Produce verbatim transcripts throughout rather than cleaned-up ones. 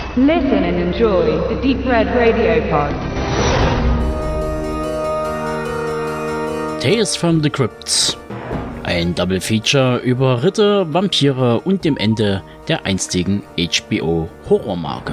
Listen and enjoy the Deep Red Radio Pod. Tales from the Crypt. Ein Double Feature über Ritter, Vampire und dem Ende der einstigen H B O-Horrormarke.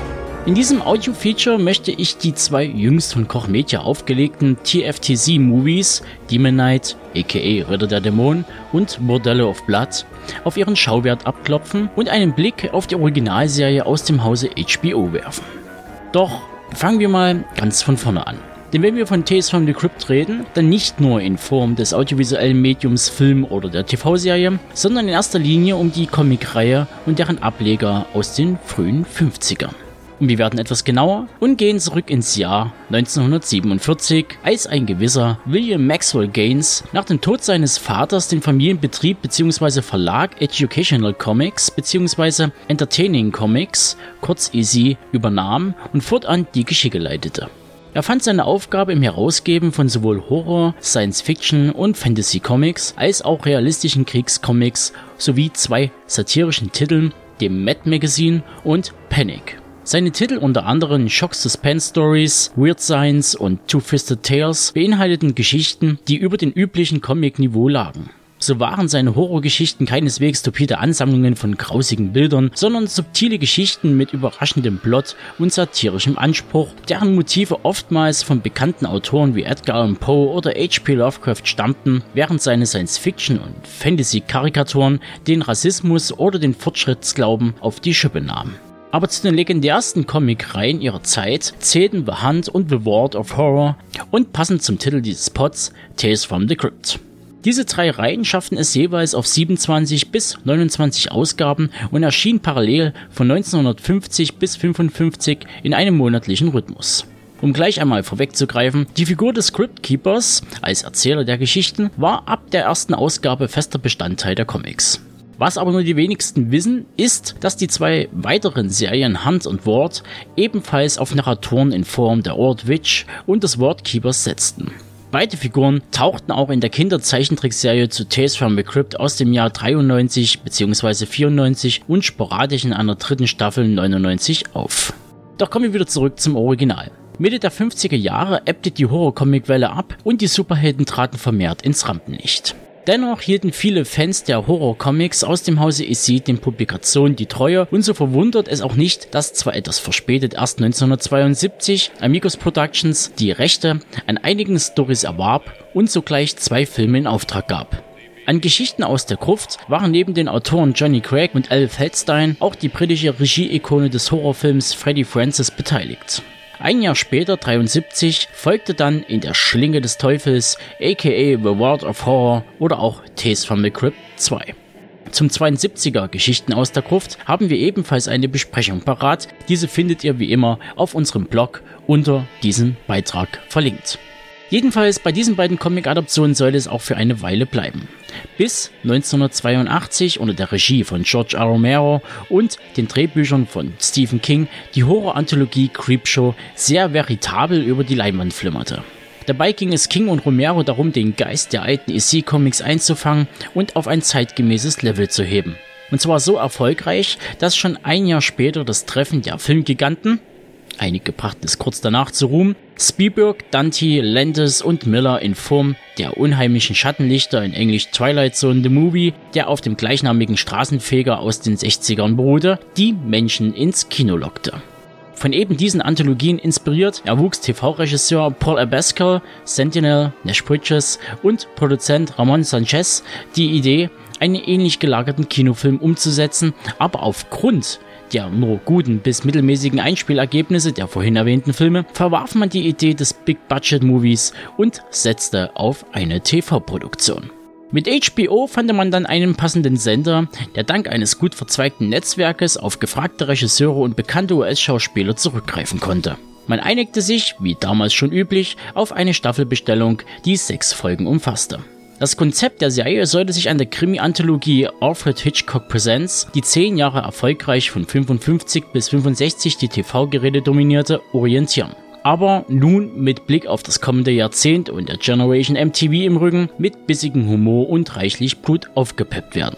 In diesem Audio-Feature möchte ich die zwei jüngst von Koch Media aufgelegten T F T C-Movies Demon Knight, aka Ritter der Dämonen und Bordello of Blood, auf ihren Schauwert abklopfen und einen Blick auf die Originalserie aus dem Hause H B O werfen. Doch fangen wir mal ganz von vorne an. Denn wenn wir von Tales from the Crypt reden, dann nicht nur in Form des audiovisuellen Mediums Film oder der T V-Serie, sondern in erster Linie um die Comicreihe und deren Ableger aus den frühen fünfzigern. Und wir werden etwas genauer und gehen zurück ins Jahr neunzehnhundertsiebenundvierzig, als ein gewisser William Maxwell Gaines nach dem Tod seines Vaters den Familienbetrieb bzw. Verlag Educational Comics bzw. Entertaining Comics, kurz E C, übernahm und fortan die Geschicke leitete. Er fand seine Aufgabe im Herausgeben von sowohl Horror, Science-Fiction und Fantasy-Comics als auch realistischen Kriegscomics sowie zwei satirischen Titeln, dem Mad Magazine und Panic. Seine Titel unter anderem Shock Suspense Stories, Weird Science und Two-Fisted Tales beinhalteten Geschichten, die über dem üblichen Comic-Niveau lagen. So waren seine Horrorgeschichten keineswegs stupide Ansammlungen von grausigen Bildern, sondern subtile Geschichten mit überraschendem Plot und satirischem Anspruch, deren Motive oftmals von bekannten Autoren wie Edgar Allan Poe oder H P Lovecraft stammten, während seine Science-Fiction- und Fantasy-Karikaturen den Rassismus oder den Fortschrittsglauben auf die Schippe nahmen. Aber zu den legendärsten Comicreihen ihrer Zeit zählten The Hunt und The Ward of Horror und passend zum Titel dieses Pods Tales from the Crypt. Diese drei Reihen schafften es jeweils auf siebenundzwanzig bis neunundzwanzig Ausgaben und erschienen parallel von neunzehnhundertfünfzig bis fünfundfünfzig in einem monatlichen Rhythmus. Um gleich einmal vorwegzugreifen, die Figur des Crypt Keepers als Erzähler der Geschichten war ab der ersten Ausgabe fester Bestandteil der Comics. Was aber nur die wenigsten wissen, ist, dass die zwei weiteren Serien Hunt und Ward ebenfalls auf Narratoren in Form der Old Witch und des Ward Keepers setzten. Beide Figuren tauchten auch in der Kinderzeichentrickserie zu Tales from the Crypt aus dem Jahr dreiundneunzig bzw. vierundneunzig und sporadisch in einer dritten Staffel neunundneunzig auf. Doch kommen wir wieder zurück zum Original. Mitte der fünfziger Jahre ebbte die Horror-Comic-Welle ab und die Superhelden traten vermehrt ins Rampenlicht. Dennoch hielten viele Fans der Horror-Comics aus dem Hause E C den Publikationen die Treue und so verwundert es auch nicht, dass zwar etwas verspätet erst neunzehnhundertzweiundsiebzig Amigos Productions die Rechte an einigen Storys erwarb und sogleich zwei Filme in Auftrag gab. An Geschichten aus der Gruft waren neben den Autoren Johnny Craig und Al Feldstein auch die britische Regie-Ikone des Horrorfilms Freddie Francis beteiligt. Ein Jahr später, dreiundsiebzig, folgte dann In der Schlinge des Teufels, aka The Ward of Horror oder auch Tales from the Crypt zwei. Zum zweiundsiebziger Geschichten aus der Gruft haben wir ebenfalls eine Besprechung parat. Diese findet ihr wie immer auf unserem Blog unter diesem Beitrag verlinkt. Jedenfalls bei diesen beiden Comic-Adaptionen soll es auch für eine Weile bleiben. Bis neunzehnhundertzweiundachtzig unter der Regie von George R. Romero und den Drehbüchern von Stephen King die Horror-Anthologie Creepshow sehr veritabel über die Leinwand flimmerte. Dabei ging es King und Romero darum, den Geist der alten E C-Comics einzufangen und auf ein zeitgemäßes Level zu heben. Und zwar so erfolgreich, dass schon ein Jahr später das Treffen der Filmgiganten, einige brachten es kurz danach zu Ruhm, Spielberg, Dante, Landis und Miller in Form der unheimlichen Schattenlichter, in Englisch Twilight Zone The Movie, der auf dem gleichnamigen Straßenfeger aus den sechzigern beruhte, die Menschen ins Kino lockte. Von eben diesen Anthologien inspiriert erwuchs T V-Regisseur Paul Abascal, Sentinel, Nash Bridges und Produzent Ramon Sanchez die Idee, einen ähnlich gelagerten Kinofilm umzusetzen, aber aufgrund der nur guten bis mittelmäßigen Einspielergebnisse der vorhin erwähnten Filme verwarf man die Idee des Big-Budget-Movies und setzte auf eine T V-Produktion. Mit H B O fand man dann einen passenden Sender, der dank eines gut verzweigten Netzwerkes auf gefragte Regisseure und bekannte U S-Schauspieler zurückgreifen konnte. Man einigte sich, wie damals schon üblich, auf eine Staffelbestellung, die sechs Folgen umfasste. Das Konzept der Serie sollte sich an der Krimi-Anthologie Alfred Hitchcock Presents, die zehn Jahre erfolgreich von fünfundfünfzig bis fünfundsechzig die T V-Geräte dominierte, orientieren. Aber nun mit Blick auf das kommende Jahrzehnt und der Generation M T V im Rücken mit bissigem Humor und reichlich Blut aufgepeppt werden.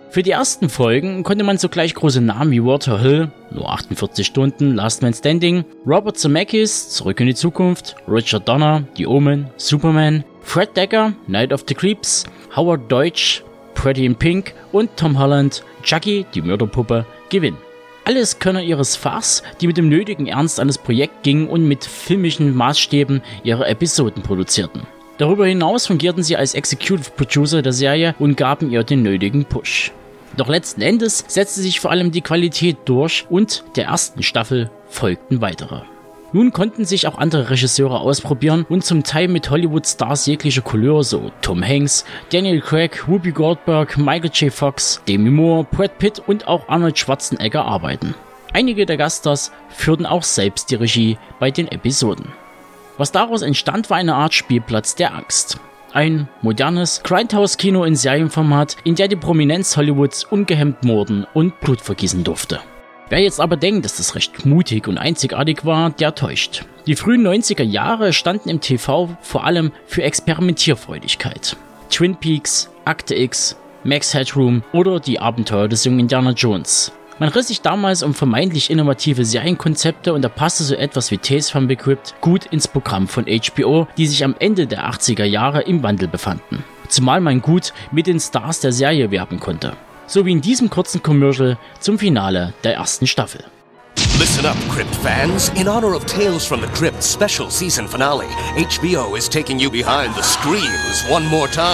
Für die ersten Folgen konnte man sogleich große Namen wie Walter Hill, nur achtundvierzig Stunden, Last Man Standing, Robert Zemeckis, Zurück in die Zukunft, Richard Donner, The Omen, Superman, Fred Dekker, Night of the Creeps, Howard Deutsch, Pretty in Pink und Tom Holland, Chucky, die Mörderpuppe, gewinnen. Alles Könner ihres Fachs, die mit dem nötigen Ernst an das Projekt gingen und mit filmischen Maßstäben ihre Episoden produzierten. Darüber hinaus fungierten sie als Executive Producer der Serie und gaben ihr den nötigen Push. Doch letzten Endes setzte sich vor allem die Qualität durch und der ersten Staffel folgten weitere. Nun konnten sich auch andere Regisseure ausprobieren und zum Teil mit Hollywood-Stars jeglicher Couleur, so Tom Hanks, Daniel Craig, Whoopi Goldberg, Michael J. Fox, Demi Moore, Brad Pitt und auch Arnold Schwarzenegger arbeiten. Einige der Gaststars führten auch selbst die Regie bei den Episoden. Was daraus entstand, war eine Art Spielplatz der Angst. Ein modernes Grindhouse-Kino in Serienformat, in der die Prominenz Hollywoods ungehemmt morden und Blut vergießen durfte. Wer jetzt aber denkt, dass das recht mutig und einzigartig war, der täuscht. Die frühen neunziger Jahre standen im T V vor allem für Experimentierfreudigkeit. Twin Peaks, Akte X, Max Headroom oder die Abenteuer des jungen Indiana Jones. Man riss sich damals um vermeintlich innovative Serienkonzepte und da passte so etwas wie Tales from the Crypt gut ins Programm von H B O, die sich am Ende der achtziger Jahre im Wandel befanden. Zumal man gut mit den Stars der Serie werben konnte. So wie in diesem kurzen Commercial zum Finale der ersten Staffel. Listen up, Crypt fans. In honor of Tales from the Crypt special season finale, H B O is taking you behind the screens one more time.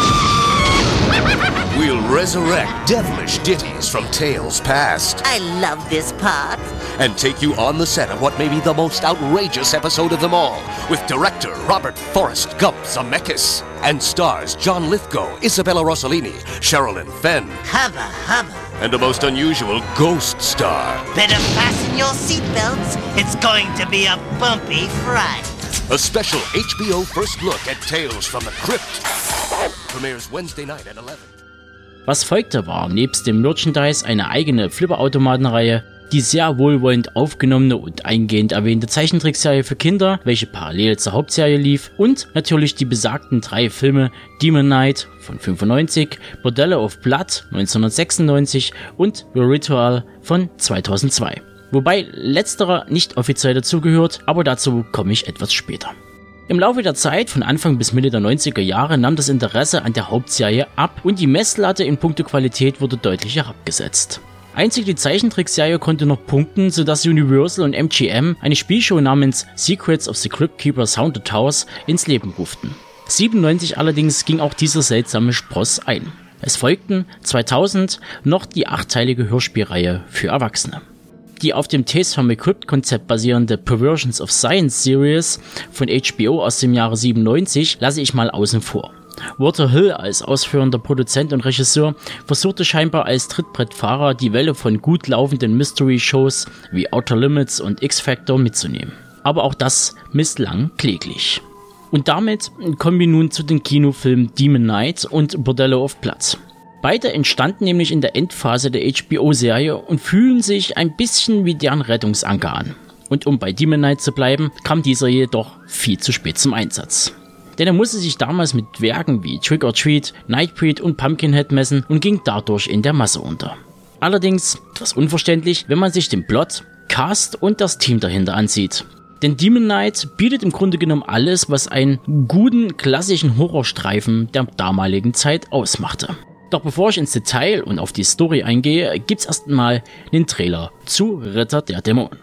We'll resurrect devilish ditties from Tales past. I love this part. And take you on the set of what may be the most outrageous episode of them all, with director Robert Forrest Gump Zemeckis, and stars John Lithgow, Isabella Rossellini, Sherilyn Fenn, Hubba hubba. and a most unusual ghost star. Better fasten your seatbelts. It's going to be a bumpy ride. A special H B O first look at Tales from the Crypt. Premieres Wednesday night at eleven. Was folgte war, nebst dem Merchandise, eine eigene Flipperautomatenreihe, die sehr wohlwollend aufgenommene und eingehend erwähnte Zeichentrickserie für Kinder, welche parallel zur Hauptserie lief, und natürlich die besagten drei Filme Demon Knight von fünfundneunzig, Bordello of Blood neunzehnhundertsechsundneunzig und The Ritual von zweitausendzwei. Wobei letzterer nicht offiziell dazugehört, aber dazu komme ich etwas später. Im Laufe der Zeit, von Anfang bis Mitte der neunziger Jahre, nahm das Interesse an der Hauptserie ab und die Messlatte in puncto Qualität wurde deutlich herabgesetzt. Einzig die Zeichentrickserie konnte noch punkten, sodass Universal und M G M eine Spielshow namens Secrets of the Crypt Keeper's Haunted House ins Leben ruften. siebenundneunzig allerdings ging auch dieser seltsame Spross ein. Es folgten zweitausend noch die achtteilige Hörspielreihe für Erwachsene. Die auf dem Tales from the Crypt Konzept basierende Perversions of Science Series von H B O aus dem Jahre siebenundneunzig lasse ich mal außen vor. Walter Hill als ausführender Produzent und Regisseur versuchte scheinbar als Trittbrettfahrer die Welle von gut laufenden Mystery-Shows wie Outer Limits und X-Factor mitzunehmen. Aber auch das misslang kläglich. Und damit kommen wir nun zu den Kinofilmen Demon Knight und Bordello of Blood. Beide entstanden nämlich in der Endphase der H B O-Serie und fühlen sich ein bisschen wie deren Rettungsanker an. Und um bei Demon Knight zu bleiben, kam dieser jedoch viel zu spät zum Einsatz. Denn er musste sich damals mit Werken wie Trick or Treat, Nightbreed und Pumpkinhead messen und ging dadurch in der Masse unter. Allerdings etwas unverständlich, wenn man sich den Plot, Cast und das Team dahinter ansieht. Denn Demon Knight bietet im Grunde genommen alles, was einen guten, klassischen Horrorstreifen der damaligen Zeit ausmachte. Doch bevor ich ins Detail und auf die Story eingehe, gibt's erstmal den Trailer zu Ritter der Dämonen.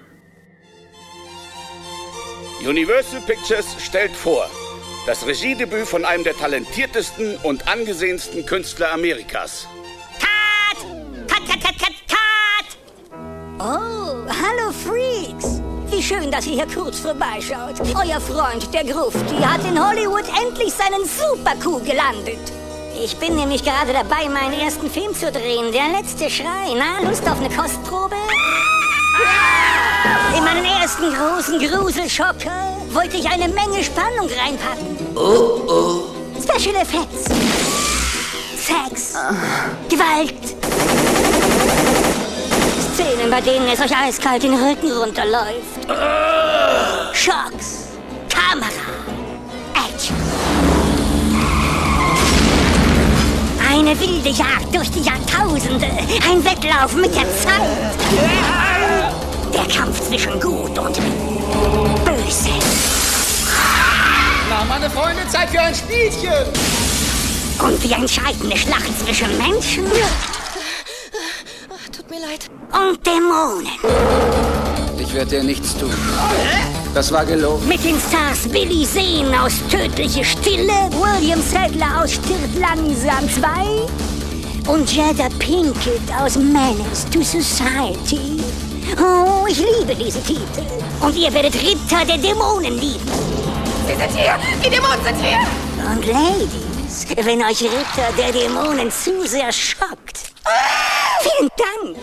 Universal Pictures stellt vor das Regiedebüt von einem der talentiertesten und angesehensten Künstler Amerikas. Cut! Cut, cut, cut, cut, cut! Oh, hallo Freaks! Wie schön, dass ihr hier kurz vorbeischaut. Euer Freund, der Grufti, hat in Hollywood endlich seinen Super-Coup gelandet. Ich bin nämlich gerade dabei, meinen ersten Film zu drehen. Der letzte Schrei. Na, Lust auf eine Kostprobe? In meinen ersten großen Gruselschocker wollte ich eine Menge Spannung reinpacken. Oh, oh. Special Effects. Sex. Gewalt. Szenen, bei denen es euch eiskalt den Rücken runterläuft. Schocks. Kamera. Action. Eine wilde Jagd durch die Jahrtausende. Ein Wettlauf mit der Zeit. Der Kampf zwischen Gut und Böse. Na, meine Freunde, Zeit für ein Spielchen. Und die entscheidende Schlacht zwischen Menschen Tut mir leid. und Dämonen. Ich werde dir nichts tun. Das war gelogen. Mit den Stars Billy Zane aus Tödliche Stille, William Sadler aus Stirbt langsam zwei und Jada Pinkett aus Menace to Society. Oh, ich liebe diese Titel. Und ihr werdet Ritter der Dämonen lieben. Sie sind hier! Die Dämonen sind hier! Und Ladies, wenn euch Ritter der Dämonen zu sehr schockt. Vielen Dank.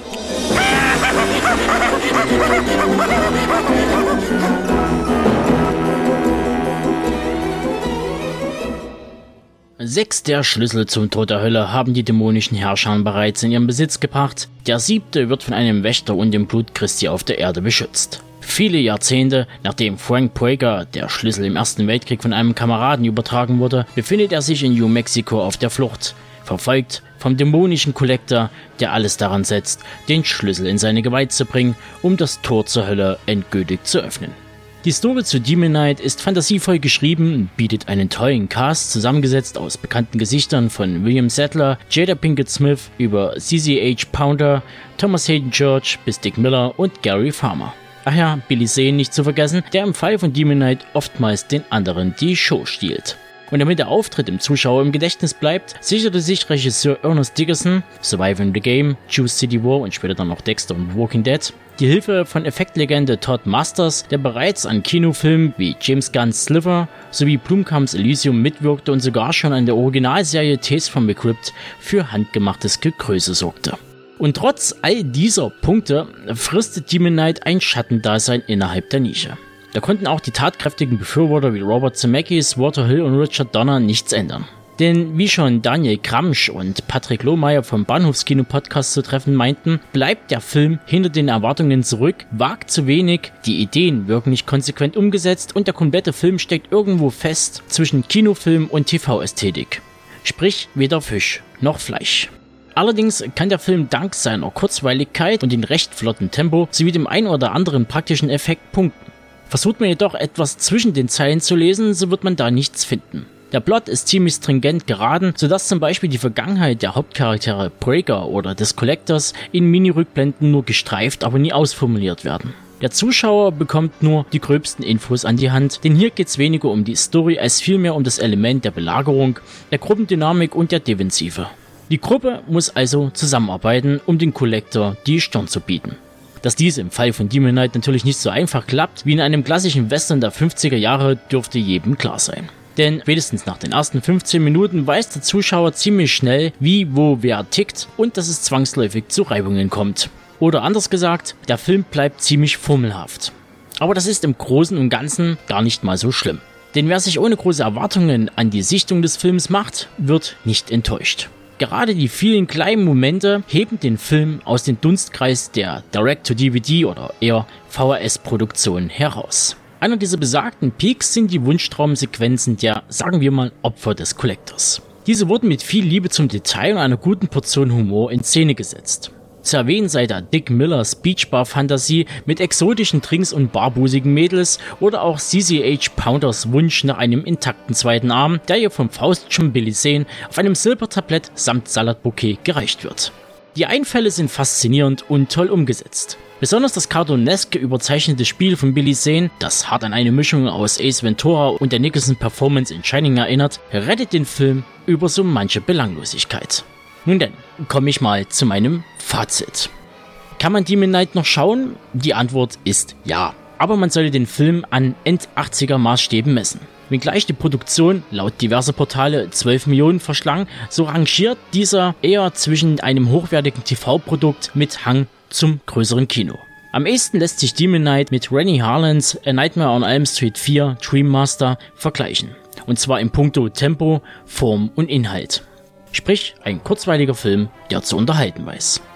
Sechs der Schlüssel zum Tod der Hölle haben die dämonischen Herrscher bereits in ihren Besitz gebracht. Der siebte wird von einem Wächter und dem Blut Christi auf der Erde beschützt. Viele Jahrzehnte, nachdem Frank Prager, der Schlüssel im Ersten Weltkrieg, von einem Kameraden übertragen wurde, befindet er sich in New Mexico auf der Flucht, verfolgt vom dämonischen Kollektor, der alles daran setzt, den Schlüssel in seine Gewalt zu bringen, um das Tor zur Hölle endgültig zu öffnen. Die Story zu Demon Knight ist fantasievoll geschrieben, bietet einen tollen Cast, zusammengesetzt aus bekannten Gesichtern von William Sadler, Jada Pinkett Smith über C C H Pounder, Thomas Hayden Church bis Dick Miller und Gary Farmer. Ach ja, Billy Zane nicht zu vergessen, der im Fall von Demon Knight oftmals den anderen die Show stiehlt. Und damit der Auftritt im Zuschauer im Gedächtnis bleibt, sicherte sich Regisseur Ernest Dickerson, Surviving the Game, Choose City War und später dann noch Dexter und Walking Dead, die Hilfe von Effektlegende Todd Masters, der bereits an Kinofilmen wie James Gunn's Sliver sowie Blomkamps Elysium mitwirkte und sogar schon an der Originalserie Tales from the Crypt für handgemachtes Gekröse sorgte. Und trotz all dieser Punkte fristet Demon Knight ein Schattendasein innerhalb der Nische. Da konnten auch die tatkräftigen Befürworter wie Robert Zemeckis, Walter Hill und Richard Donner nichts ändern. Denn wie schon Daniel Gramsch und Patrick Lohmeier vom Bahnhofskino-Podcast zu treffen meinten, bleibt der Film hinter den Erwartungen zurück, wagt zu wenig, die Ideen wirken nicht konsequent umgesetzt und der komplette Film steckt irgendwo fest zwischen Kinofilm und T V-Ästhetik. Sprich, weder Fisch noch Fleisch. Allerdings kann der Film dank seiner Kurzweiligkeit und dem recht flotten Tempo sowie dem ein oder anderen praktischen Effekt punkten. Versucht man jedoch etwas zwischen den Zeilen zu lesen, so wird man da nichts finden. Der Plot ist ziemlich stringent geraden, sodass zum Beispiel die Vergangenheit der Hauptcharaktere Prager oder des Collectors in Mini-Rückblenden nur gestreift, aber nie ausformuliert werden. Der Zuschauer bekommt nur die gröbsten Infos an die Hand, denn hier geht es weniger um die Story als vielmehr um das Element der Belagerung, der Gruppendynamik und der Defensive. Die Gruppe muss also zusammenarbeiten, um den Collector die Stirn zu bieten. Dass dies im Fall von Demon Knight natürlich nicht so einfach klappt wie in einem klassischen Western der fünfziger Jahre, dürfte jedem klar sein. Denn spätestens nach den ersten fünfzehn Minuten weiß der Zuschauer ziemlich schnell, wie, wo, wer tickt und dass es zwangsläufig zu Reibungen kommt. Oder anders gesagt, der Film bleibt ziemlich formelhaft. Aber das ist im Großen und Ganzen gar nicht mal so schlimm. Denn wer sich ohne große Erwartungen an die Sichtung des Films macht, wird nicht enttäuscht. Gerade die vielen kleinen Momente heben den Film aus dem Dunstkreis der Direct-to-D V D oder eher V H S-Produktion heraus. Einer dieser besagten Peaks sind die Wunschtraumsequenzen der, sagen wir mal, Opfer des Collectors. Diese wurden mit viel Liebe zum Detail und einer guten Portion Humor in Szene gesetzt. Zu erwähnen sei da Dick Millers Beachbar-Fantasie mit exotischen Drinks und barbusigen Mädels oder auch C C H Pounders Wunsch nach einem intakten zweiten Arm, der ihr vom Faustschen Billy Zane auf einem Silbertablett samt Salatbouquet gereicht wird. Die Einfälle sind faszinierend und toll umgesetzt. Besonders das cartooneske überzeichnete Spiel von Billy Zane, das hart an eine Mischung aus Ace Ventura und der Nicholson-Performance in Shining erinnert, rettet den Film über so manche Belanglosigkeit. Nun denn, komme ich mal zu meinem Fazit. Kann man Demon Knight noch schauen? Die Antwort ist ja. Aber man sollte den Film an End-achtziger Maßstäben messen. Wenngleich die Produktion laut diverser Portale zwölf Millionen verschlang, so rangiert dieser eher zwischen einem hochwertigen T V-Produkt mit Hang zum größeren Kino. Am ehesten lässt sich Demon Knight mit Rennie Harlins A Nightmare on Elm Street vier Dream Master vergleichen. Und zwar in puncto Tempo, Form und Inhalt. Sprich, ein kurzweiliger Film, der zu unterhalten weiß.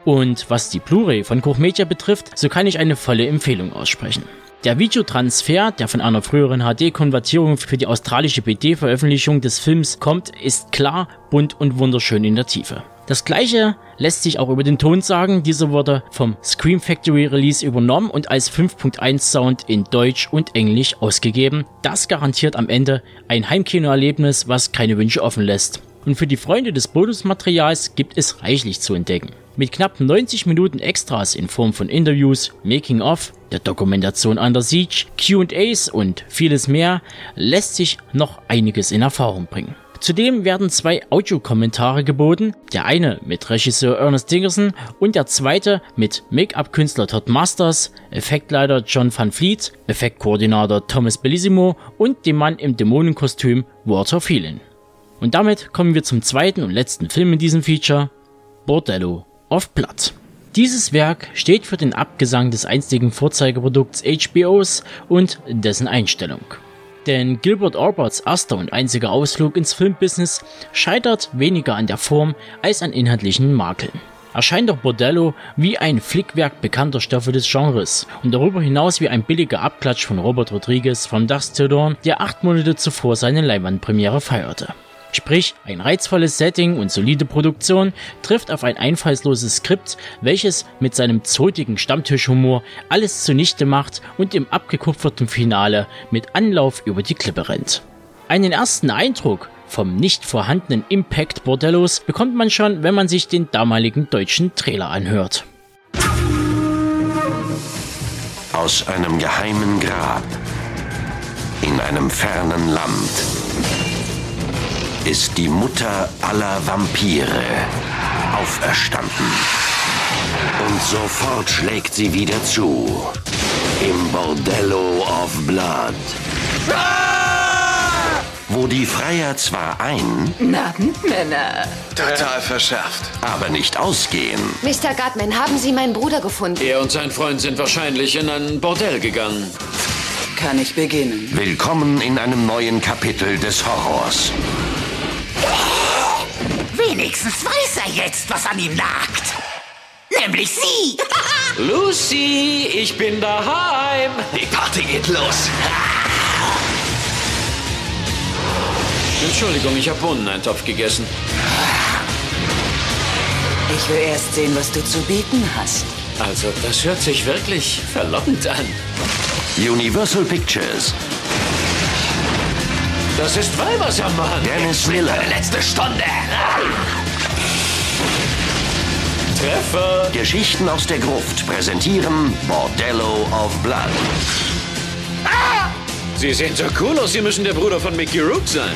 Und was die Blu-ray von Koch Media betrifft, so kann ich eine volle Empfehlung aussprechen. Der Videotransfer, der von einer früheren H D-Konvertierung für die australische B D-Veröffentlichung des Films kommt, ist klar, bunt und wunderschön in der Tiefe. Das gleiche lässt sich auch über den Ton sagen. Dieser wurde vom Scream Factory Release übernommen und als fünf Punkt eins Sound in Deutsch und Englisch ausgegeben. Das garantiert am Ende ein Heimkinoerlebnis, was keine Wünsche offen lässt. Und für die Freunde des Bonusmaterials gibt es reichlich zu entdecken. Mit knapp neunzig Minuten Extras in Form von Interviews, Making-of, der Dokumentation Under Siege, Q and A's und vieles mehr lässt sich noch einiges in Erfahrung bringen. Zudem werden zwei Audiokommentare geboten, der eine mit Regisseur Ernest Dickerson und der zweite mit Make-up-Künstler Todd Masters, Effektleiter John Van Fleet, Effektkoordinator Thomas Bellissimo und dem Mann im Dämonenkostüm Walter Phelan. Und damit kommen wir zum zweiten und letzten Film in diesem Feature, Bordello of Blood. Dieses Werk steht für den Abgesang des einstigen Vorzeigeprodukts H B Os und dessen Einstellung. Denn Gilbert Alberts erster und einziger Ausflug ins Filmbusiness scheitert weniger an der Form als an inhaltlichen Makeln. Erscheint doch Bordello wie ein Flickwerk bekannter Stoffe des Genres und darüber hinaus wie ein billiger Abklatsch von Robert Rodriguez vom Dusk Till Dawn, der acht Monate zuvor seine Leinwandpremiere feierte. Sprich, ein reizvolles Setting und solide Produktion trifft auf ein einfallsloses Skript, welches mit seinem zotigen Stammtischhumor alles zunichte macht und im abgekupferten Finale mit Anlauf über die Klippe rennt. Einen ersten Eindruck vom nicht vorhandenen Impact Bordellos bekommt man schon, wenn man sich den damaligen deutschen Trailer anhört. Aus einem geheimen Grab in einem fernen Land ist die Mutter aller Vampire auferstanden. Und sofort schlägt sie wieder zu. Im Bordello of Blood. Ah! Wo die Freier zwar ein... Nabenmänner. Total verschärft. Aber nicht ausgehen. Mister Gutman, haben Sie meinen Bruder gefunden? Er und sein Freund sind wahrscheinlich in ein Bordell gegangen. Kann ich beginnen? Willkommen in einem neuen Kapitel des Horrors. Wenigstens weiß er jetzt, was an ihm nagt. Nämlich Sie. Lucy, ich bin daheim. Die Party geht los. Entschuldigung, ich habe Bohneneintopf gegessen. Ich will erst sehen, was du zu bieten hast. Also, das hört sich wirklich verlockend an. Universal Pictures. Das ist Weihwassermann. Dennis Miller. Letzte Stunde. Treffer. Geschichten aus der Gruft präsentieren Bordello of Blood. Ah! Sie sehen so cool aus. Sie müssen der Bruder von Mickey Rourke sein.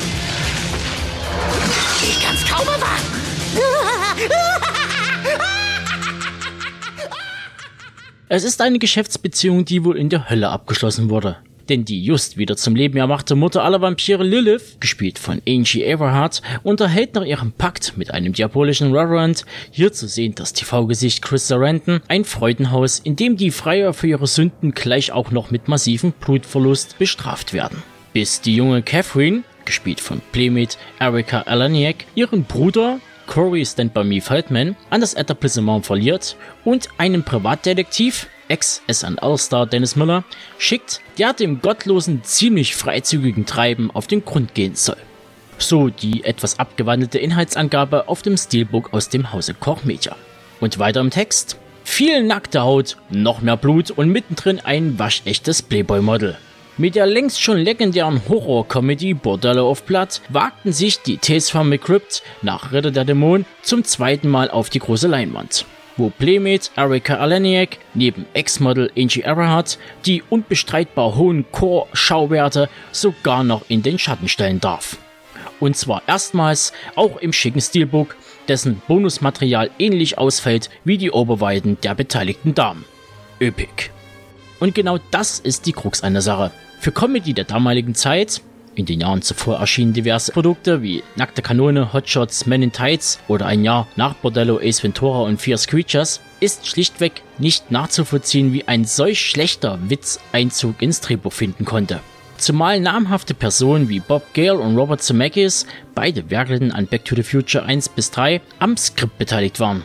Ich kann's kaum erwarten. Es ist eine Geschäftsbeziehung, die wohl in der Hölle abgeschlossen wurde. Denn die just wieder zum Leben erwachte Mutter aller Vampire Lilith, gespielt von Angie Everhart, unterhält nach ihrem Pakt mit einem diabolischen Reverend, hier zu sehen das T V-Gesicht Chris Sarandon, ein Freudenhaus, in dem die Freier für ihre Sünden gleich auch noch mit massivem Blutverlust bestraft werden. Bis die junge Catherine, gespielt von Playmate Erika Eleniak, ihren Bruder Corey Stand By Me Feldman an das Etablissement verliert und einen Privatdetektiv, Ex-S N L-Star Dennis Miller, schickt, der dem gottlosen, ziemlich freizügigen Treiben auf den Grund gehen soll. So die etwas abgewandelte Inhaltsangabe auf dem Steelbook aus dem Hause Koch Media. Und weiter im Text: viel nackte Haut, noch mehr Blut und mittendrin ein waschechtes Playboy-Model. Mit der längst schon legendären Horror-Comedy Bordello of Blood wagten sich die Tales from the Crypt nach Ritter der Dämonen zum zweiten Mal auf die große Leinwand, wo Playmate Erika Eleniak neben Ex-Model Angie Everhart die unbestreitbar hohen Core-Schauwerte sogar noch in den Schatten stellen darf. Und zwar erstmals auch im schicken Steelbook, dessen Bonusmaterial ähnlich ausfällt wie die Oberweiten der beteiligten Damen. Epic. Und genau das ist die Krux an der Sache. Für Comedy der damaligen Zeit, in den Jahren zuvor erschienen diverse Produkte wie Nackte Kanone, Hotshots, Men in Tights oder ein Jahr nach Bordello Ace Ventura und Fierce Creatures, ist schlichtweg nicht nachzuvollziehen, wie ein solch schlechter Witz Einzug ins Drehbuch finden konnte. Zumal namhafte Personen wie Bob Gale und Robert Zemeckis, beide werkelten an Back to the Future eins bis drei, am Skript beteiligt waren.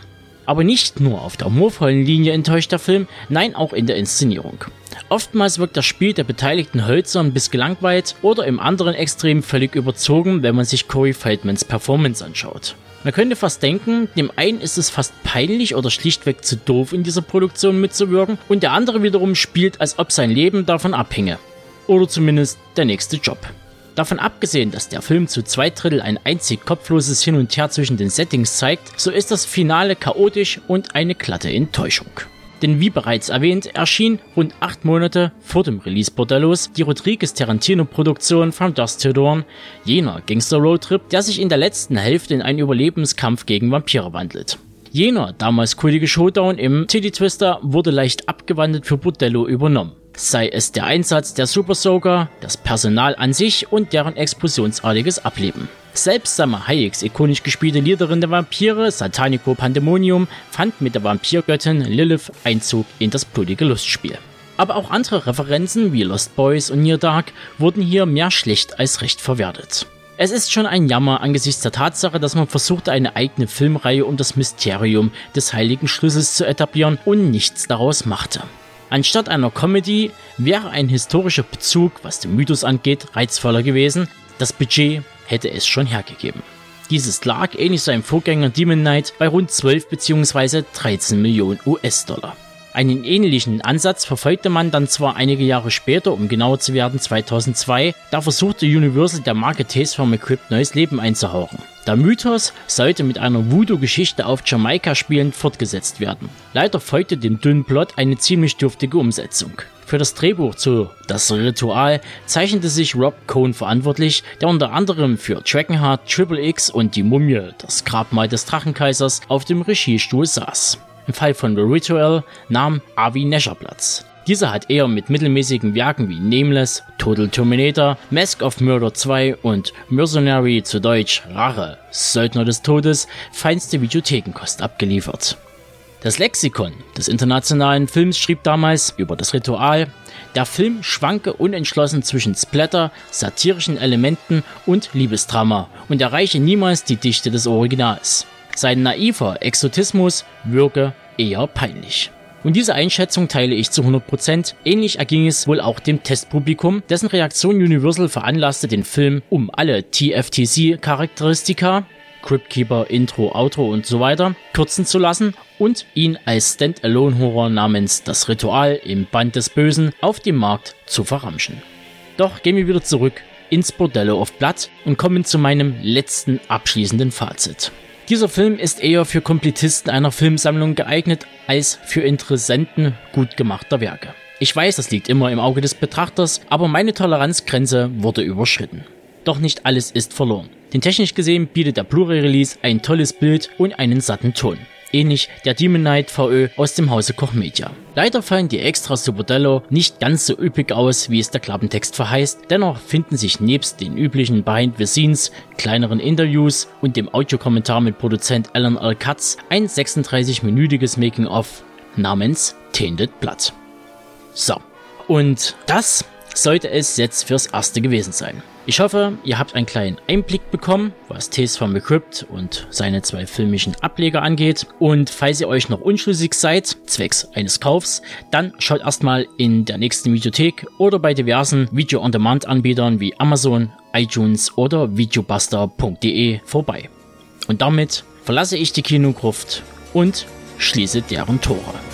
Aber nicht nur auf der humorvollen Linie enttäuscht der Film, nein, auch in der Inszenierung. Oftmals wirkt das Spiel der Beteiligten hölzern bis gelangweilt oder im anderen Extrem völlig überzogen, wenn man sich Corey Feldmans Performance anschaut. Man könnte fast denken, dem einen ist es fast peinlich oder schlichtweg zu doof, in dieser Produktion mitzuwirken, und der andere wiederum spielt, als ob sein Leben davon abhinge. Oder zumindest der nächste Job. Davon abgesehen, dass der Film zu zwei Drittel ein einzig kopfloses Hin und Her zwischen den Settings zeigt, so ist das Finale chaotisch und eine glatte Enttäuschung. Denn wie bereits erwähnt, erschien rund acht Monate vor dem Release Bordellos die Rodriguez-Tarantino-Produktion From Dusk Till Dawn, jener Gangster-Roadtrip, der sich in der letzten Hälfte in einen Überlebenskampf gegen Vampire wandelt. Jener damals kultige Showdown im Titty Twister wurde leicht abgewandelt für Bordello übernommen. Sei es der Einsatz der Super Soaker, das Personal an sich und deren explosionsartiges Ableben. Selbst Salma Hayeks ikonisch gespielte Leaderin der Vampire, Satanico Pandemonium, fand mit der Vampirgöttin Lilith Einzug in das blutige Lustspiel. Aber auch andere Referenzen wie Lost Boys und Near Dark wurden hier mehr schlecht als recht verwertet. Es ist schon ein Jammer angesichts der Tatsache, dass man versuchte, eine eigene Filmreihe um das Mysterium des Heiligen Schlüssels zu etablieren und nichts daraus machte. Anstatt einer Comedy wäre ein historischer Bezug, was den Mythos angeht, reizvoller gewesen. Das Budget hätte es schon hergegeben. Dieses lag, ähnlich seinem Vorgänger Demon Knight, bei rund zwölf bzw. dreizehn Millionen U S-Dollar. Einen ähnlichen Ansatz verfolgte man dann zwar einige Jahre später, um genauer zu werden zweitausendzwei, da versuchte Universal der Marke Tales from the Crypt neues Leben einzuhauchen. Der Mythos sollte mit einer Voodoo-Geschichte auf Jamaika spielend fortgesetzt werden. Leider folgte dem dünnen Plot eine ziemlich dürftige Umsetzung. Für das Drehbuch zu Das Ritual zeichnete sich Rob Cohn verantwortlich, der unter anderem für Dragonheart, Triple X und Die Mumie, das Grabmal des Drachenkaisers, auf dem Regiestuhl saß. Im Fall von The Ritual nahm Avi Nesher Platz. Dieser hat eher mit mittelmäßigen Werken wie Nameless, Total Terminator, Mask of Murder zwei und Mercenary, zu Deutsch Rache, Söldner des Todes, feinste Videothekenkost abgeliefert. Das Lexikon des internationalen Films schrieb damals über Das Ritual: Der Film schwanke unentschlossen zwischen Splatter, satirischen Elementen und Liebesdrama und erreiche niemals die Dichte des Originals. Sein naiver Exotismus wirke eher peinlich. Und diese Einschätzung teile ich zu hundert Prozent. Ähnlich erging es wohl auch dem Testpublikum, dessen Reaktion Universal veranlasste, den Film um alle T F T C-Charakteristika, Cryptkeeper, Intro, Outro und so weiter, kürzen zu lassen und ihn als Standalone-Horror namens Das Ritual im Band des Bösen auf dem Markt zu verramschen. Doch gehen wir wieder zurück ins Bordello of Blood und kommen zu meinem letzten abschließenden Fazit. Dieser Film ist eher für Komplettisten einer Filmsammlung geeignet, als für Interessenten gut gemachter Werke. Ich weiß, das liegt immer im Auge des Betrachters, aber meine Toleranzgrenze wurde überschritten. Doch nicht alles ist verloren. Denn technisch gesehen bietet der Blu-ray-Release ein tolles Bild und einen satten Ton. Ähnlich der Demon Knight V Ö aus dem Hause Koch Media. Leider fallen die Extras zu Bordello nicht ganz so üppig aus, wie es der Klappentext verheißt. Dennoch finden sich nebst den üblichen Behind the Scenes, kleineren Interviews und dem Audiokommentar mit Produzent Alan L. Katz ein sechsunddreißig-minütiges Making-of namens Tainted Blood. So, und das sollte es jetzt fürs Erste gewesen sein. Ich hoffe, ihr habt einen kleinen Einblick bekommen, was Tales from the Crypt und seine zwei filmischen Ableger angeht. Und falls ihr euch noch unschlüssig seid, zwecks eines Kaufs, dann schaut erstmal in der nächsten Videothek oder bei diversen Video-on-Demand-Anbietern wie Amazon, iTunes oder videobuster punkt de vorbei. Und damit verlasse ich die Kinogruft und schließe deren Tore.